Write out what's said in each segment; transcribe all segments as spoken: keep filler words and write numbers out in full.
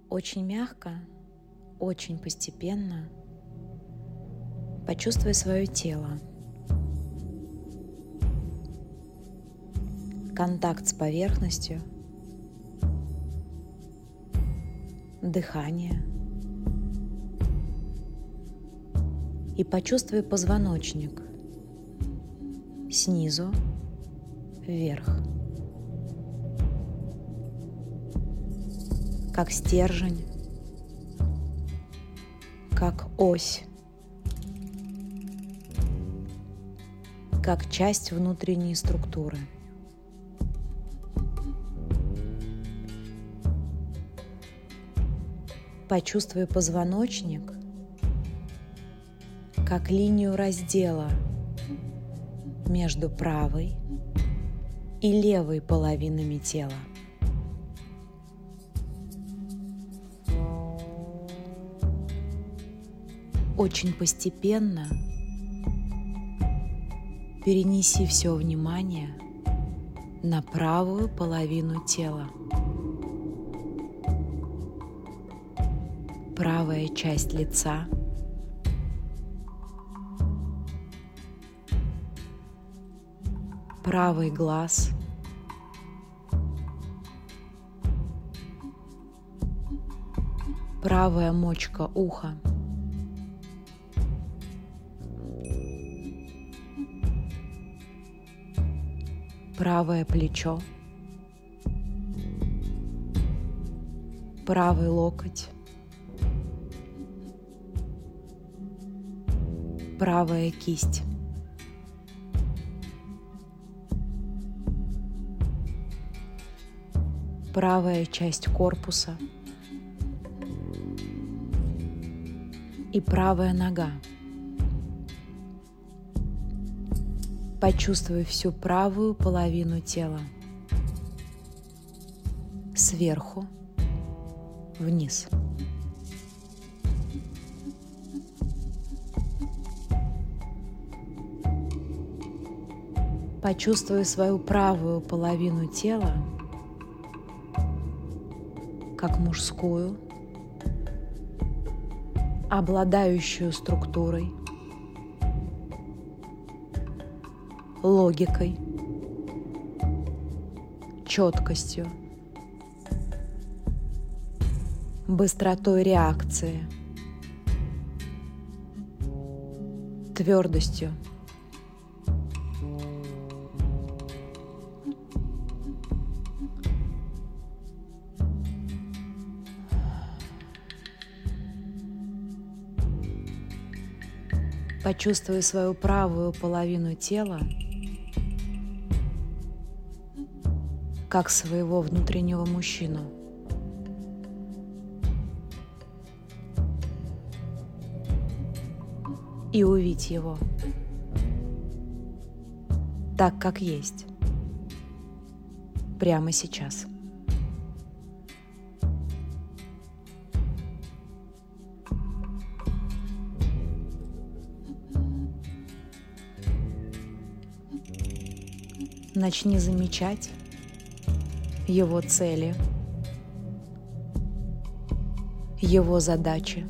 Очень мягко, очень постепенно почувствуй свое тело. Контакт с поверхностью, дыхание. И почувствуй позвоночник снизу вверх, как стержень, как ось, как часть внутренней структуры. Почувствуй позвоночник как линию раздела между правой и левой половинами тела. Очень постепенно перенеси все внимание на правую половину тела. Правая часть лица, правый глаз, правая мочка уха, правое плечо, правый локоть, правая кисть, правая часть корпуса и правая нога. Почувствуй всю правую половину тела сверху вниз. Почувствуй свою правую половину тела как мужскую, обладающую структурой, логикой, четкостью, быстротой реакции, твердостью. Почувствуй свою правую половину тела как своего внутреннего мужчину. И увидь его так, как есть, прямо сейчас. Начни замечать его цели, его задачи,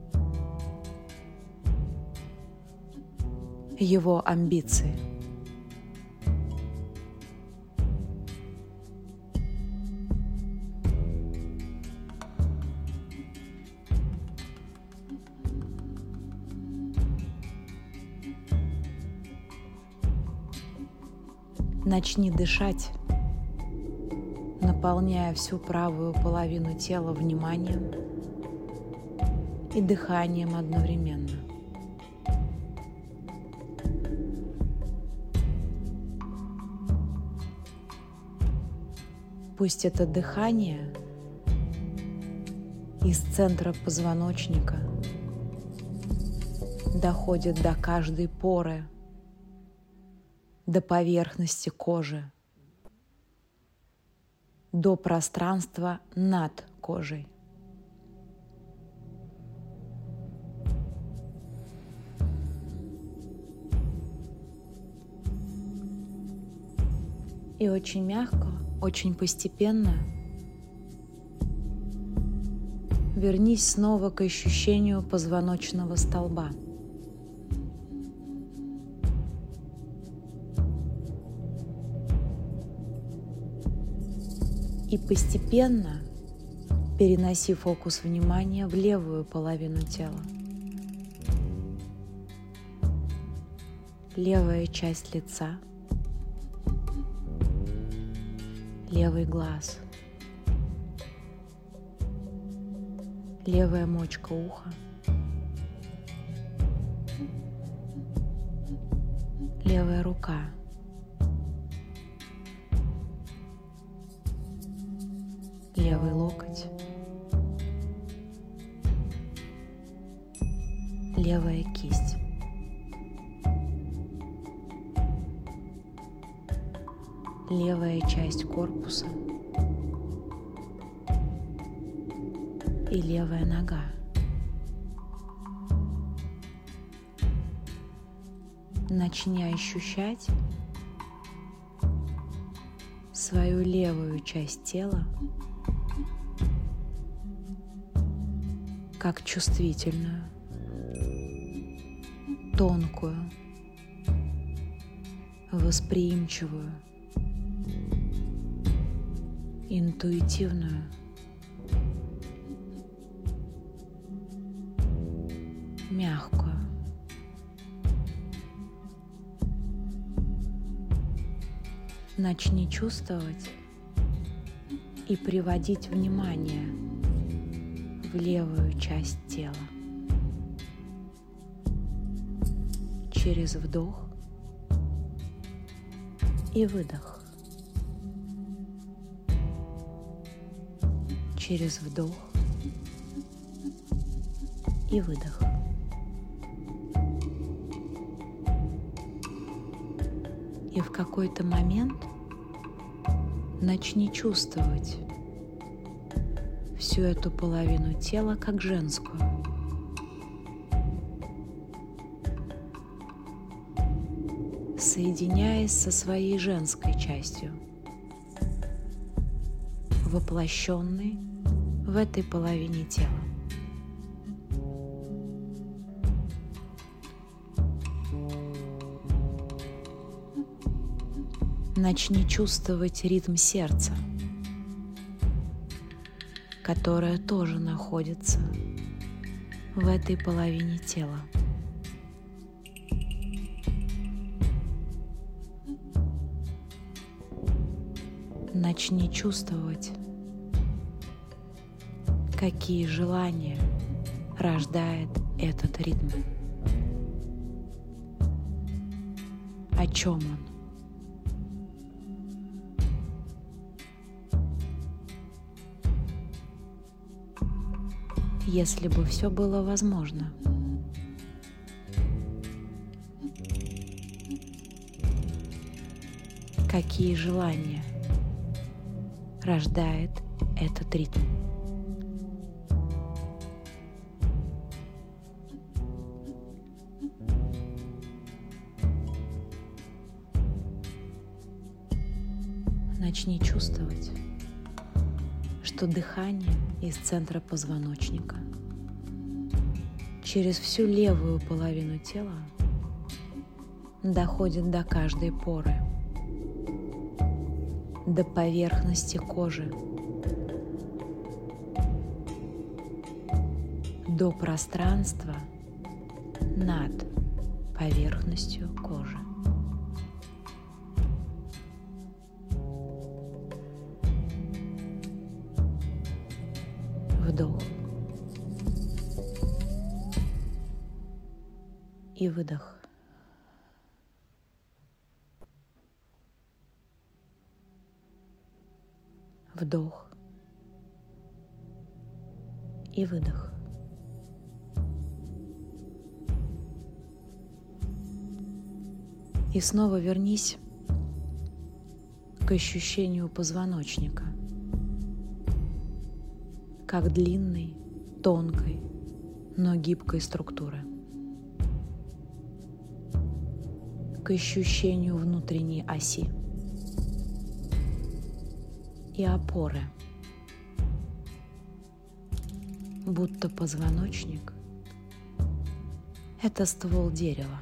его амбиции. Начни дышать, наполняя всю правую половину тела вниманием и дыханием одновременно. Пусть это дыхание из центра позвоночника доходит до каждой поры, до поверхности кожи, до пространства над кожей. И очень мягко, очень постепенно вернись снова к ощущению позвоночного столба. И постепенно переноси фокус внимания в левую половину тела. Левая часть лица, левый глаз, левая мочка уха, левая рука, левый локоть, левая кисть. Левая часть корпуса и левая нога. Начни ощущать свою левую часть тела как чувствительную, тонкую, восприимчивую, интуитивную, мягкую. Начни чувствовать и приводить внимание в левую часть тела через вдох и выдох. Через вдох и выдох. И в какой-то момент начни чувствовать всю эту половину тела как женскую. Соединяясь со своей женской частью, воплощенной в этой половине тела. Начни чувствовать ритм сердца, которое тоже находится в этой половине тела. Начни чувствовать, какие желания рождает этот ритм. О чем он? Если бы все было возможно. Какие желания рождает этот ритм? Начни чувствовать, что дыхание из центра позвоночника через всю левую половину тела доходит до каждой поры, до поверхности кожи, до пространства над поверхностью кожи. Вдох и выдох. Вдох и выдох. И снова вернись к ощущению позвоночника, как длинной, тонкой, но гибкой структуры, к ощущению внутренней оси и опоры, будто позвоночник — это ствол дерева,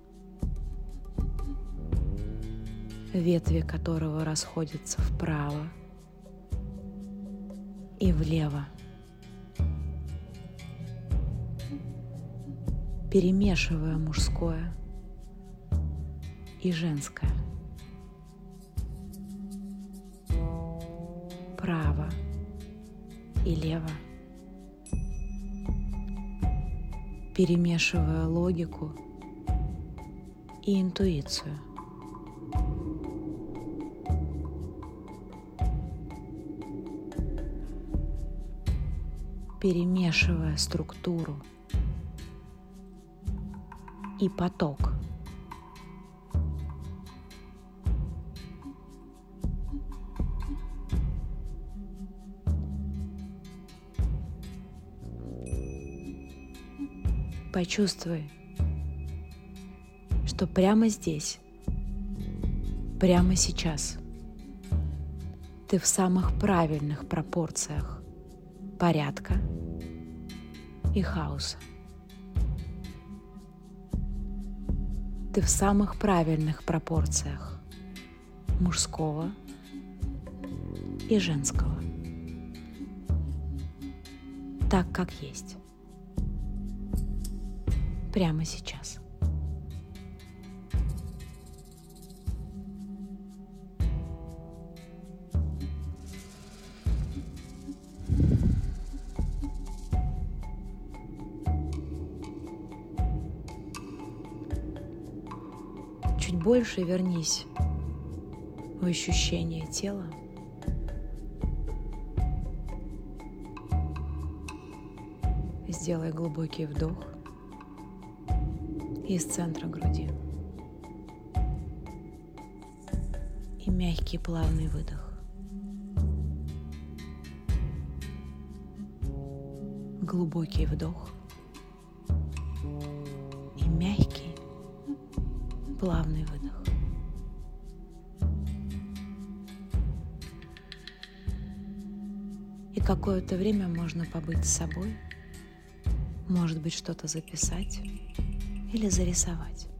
ветви которого расходятся вправо и влево, перемешивая мужское и женское, право и лево, перемешивая логику и интуицию. Перемешивая структуру и поток. Почувствуй, что прямо здесь, прямо сейчас ты в самых правильных пропорциях порядка и хаоса. Ты в самых правильных пропорциях мужского и женского, так как есть, прямо сейчас. Чуть больше вернись в ощущение тела. Сделай глубокий вдох из центра груди и мягкий плавный выдох. Глубокий вдох и мягкий плавный выдох. И какое-то время можно побыть с собой, может быть, что-то записать или зарисовать.